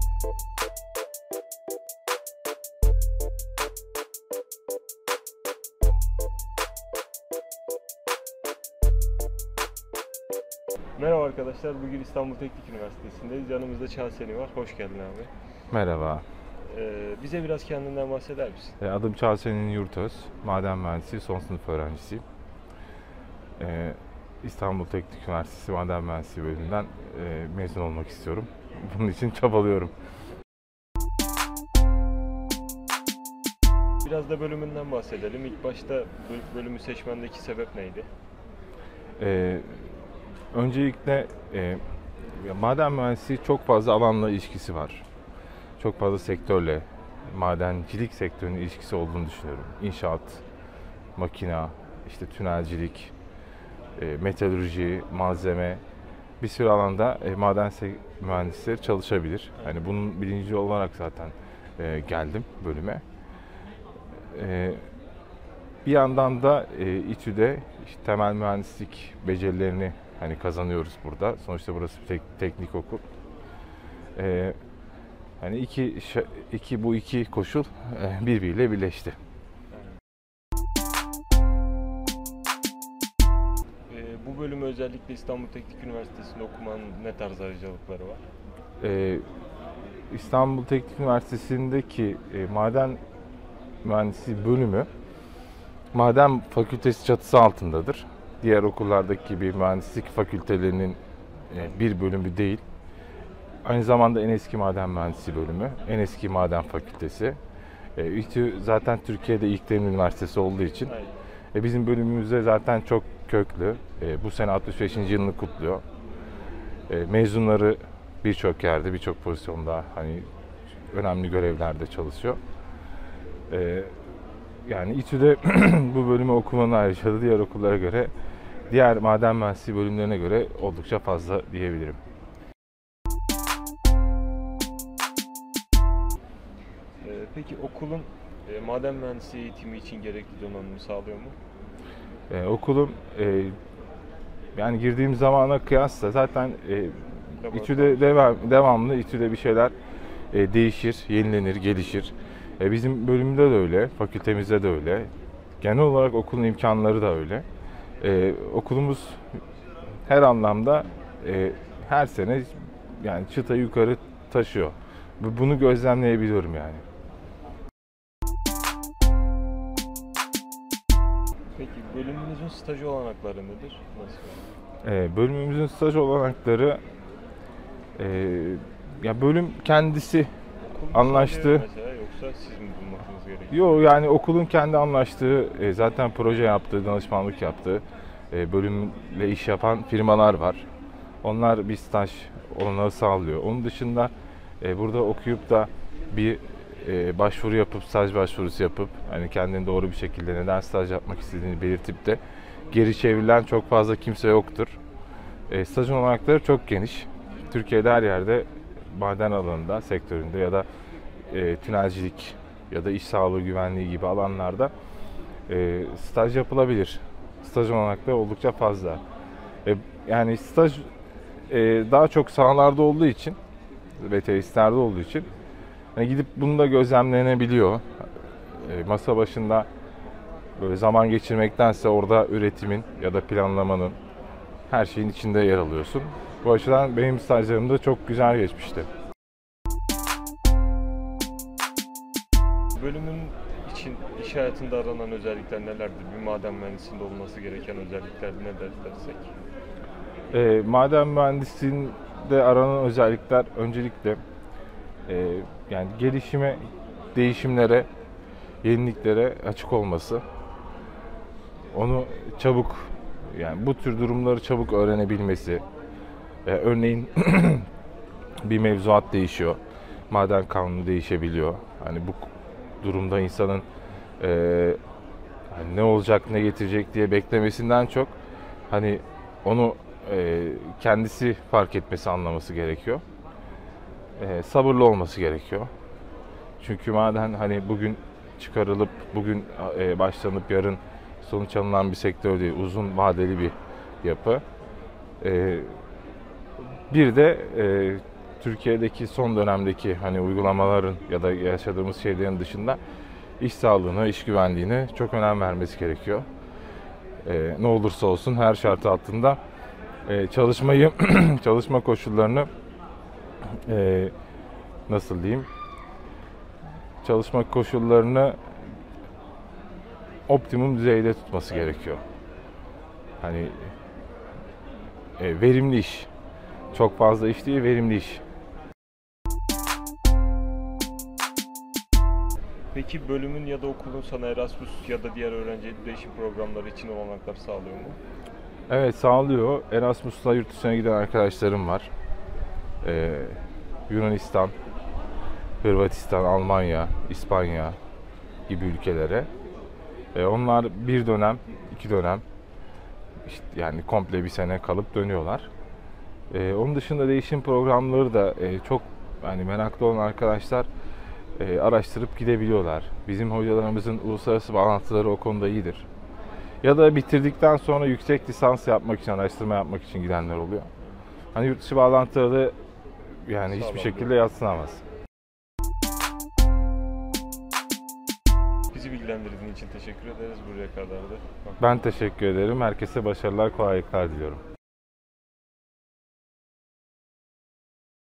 Merhaba arkadaşlar, bugün İstanbul Teknik Üniversitesi'ndeyiz. Yanımızda Çağseni var. Hoş geldin abi. Merhaba. Bize biraz kendinden bahseder misin? Adım Çağseni Yurtöz. Maden mühendisi, son sınıf öğrencisiyim. İstanbul Teknik Üniversitesi Maden Mühendisliği bölümünden mezun olmak istiyorum. Bunun için çabalıyorum. Biraz da bölümünden bahsedelim. İlk başta bölümü seçmendeki sebep neydi? Öncelikle maden mühendisliği çok fazla alanla ilişkisi var. Çok fazla sektörle, madencilik sektörünün ilişkisi olduğunu düşünüyorum. İnşaat, makina, işte tünelcilik, metalürji, malzeme, bir sürü alanda maden mühendisleri çalışabilir. Hani bunun bilinci olarak zaten geldim bölüme. Bir yandan da İTÜ'de işte temel mühendislik becerilerini hani kazanıyoruz burada. Sonuçta burası bir teknik okul. Hani bu iki koşul birbiriyle birleşti. Bu bölümü özellikle İstanbul Teknik Üniversitesi'nde okumanın ne tarz ayrıcalıkları var? İstanbul Teknik Üniversitesi'ndeki maden mühendisliği bölümü maden fakültesi çatısı altındadır. Diğer okullardaki gibi mühendislik fakültelerinin bir bölümü değil. Aynı zamanda en eski maden mühendisliği bölümü, en eski maden fakültesi. İTÜ zaten Türkiye'de ilk devrim üniversitesi olduğu için bizim bölümümüzde zaten çok köklü. Bu sene 65. yılını kutluyor. Mezunları birçok yerde, birçok pozisyonda hani önemli görevlerde çalışıyor. Yani İTÜ'de bu bölümü okumanın ayrıcalığı diğer okullara göre, diğer maden mühendisliği bölümlerine göre oldukça fazla diyebilirim. Peki okulun maden mühendisliği eğitimi için gerekli donanımı sağlıyor mu? Okulum yani girdiğim zamana kıyasla zaten İTÜ'de devamlı İTÜ'de bir şeyler değişir, yenilenir, gelişir. Bizim bölümde de öyle, fakültemizde de öyle. Genel olarak okulun imkanları da öyle. Okulumuz her anlamda her sene yani çıtayı yukarı taşıyor. Bunu gözlemleyebiliyorum yani. Peki bölümünüzün staj olanakları nedir? Nasıl? Bölümümüzün staj olanakları ya bölüm kendisi anlaştığı. Mesela yoksa siz mi bulmanız gerekiyor? Yok yani okulun kendi anlaştığı zaten proje yaptığı, danışmanlık yaptığı bölümle iş yapan firmalar var. Onlar bir staj olanağı sağlıyor. Onun dışında burada okuyup da bir başvuru yapıp, staj başvurusu yapıp hani kendini doğru bir şekilde neden staj yapmak istediğini belirtip de geri çevrilen çok fazla kimse yoktur. Staj olanakları çok geniş. Türkiye'de her yerde maden alanında, sektöründe ya da tünelcilik ya da iş sağlığı güvenliği gibi alanlarda staj yapılabilir. Staj olanakları oldukça fazla. Yani staj daha çok sahalarda olduğu için ve tesislerde olduğu için yani gidip bunu da gözlemlenebiliyor. Masa başında böyle zaman geçirmektense orada üretimin ya da planlamanın her şeyin içinde yer alıyorsun. Bu açıdan benim stajlarım da çok güzel geçmişti. Bölümün için iş hayatında aranan özellikler nelerdir? Bir maden mühendisinde olması gereken özellikler neler dersek? Maden mühendisliğinde aranan özellikler öncelikle yani gelişime, değişimlere, yeniliklere açık olması. Onu çabuk yani bu tür durumları çabuk öğrenebilmesi. Örneğin bir mevzuat değişiyor. Maden kanunu değişebiliyor. Hani bu durumda insanın hani ne olacak, ne getirecek diye beklemesinden çok hani onu kendisi fark etmesi, anlaması gerekiyor. Sabırlı olması gerekiyor. Çünkü maden hani bugün çıkarılıp, bugün başlanıp yarın sonuç alınan bir sektör değil, uzun vadeli bir yapı. Bir de Türkiye'deki son dönemdeki hani uygulamaların ya da yaşadığımız şeylerin dışında iş sağlığına, iş güvenliğine çok önem vermesi gerekiyor. Ne olursa olsun her şart altında çalışmayı, çalışma koşullarını nasıl diyeyim? Çalışma koşullarını optimum düzeyde tutması gerekiyor. Hani verimli iş. Çok fazla iş değil, verimli iş. Peki bölümün ya da okulun sana Erasmus ya da diğer öğrenci değişim programları için olanaklar sağlıyor mu? Evet, sağlıyor. Erasmus'la yurt dışına giden arkadaşlarım var. Yunanistan, Hırvatistan, Almanya, İspanya gibi ülkelere. Onlar bir dönem, iki dönem, işte yani komple bir sene kalıp dönüyorlar. Onun dışında değişim programları da çok yani meraklı olan arkadaşlar araştırıp gidebiliyorlar. Bizim hocalarımızın uluslararası bağlantıları o konuda iyidir. Ya da bitirdikten sonra yüksek lisans yapmak için, araştırma yapmak için gidenler oluyor. Hani yurt dışı bağlantıları yani hiçbir şekilde yadsınamaz. Bizi bilgilendirdiğin için teşekkür ederiz buraya kadar da. Ben teşekkür ederim. Herkese başarılar, kolaylıklar diliyorum.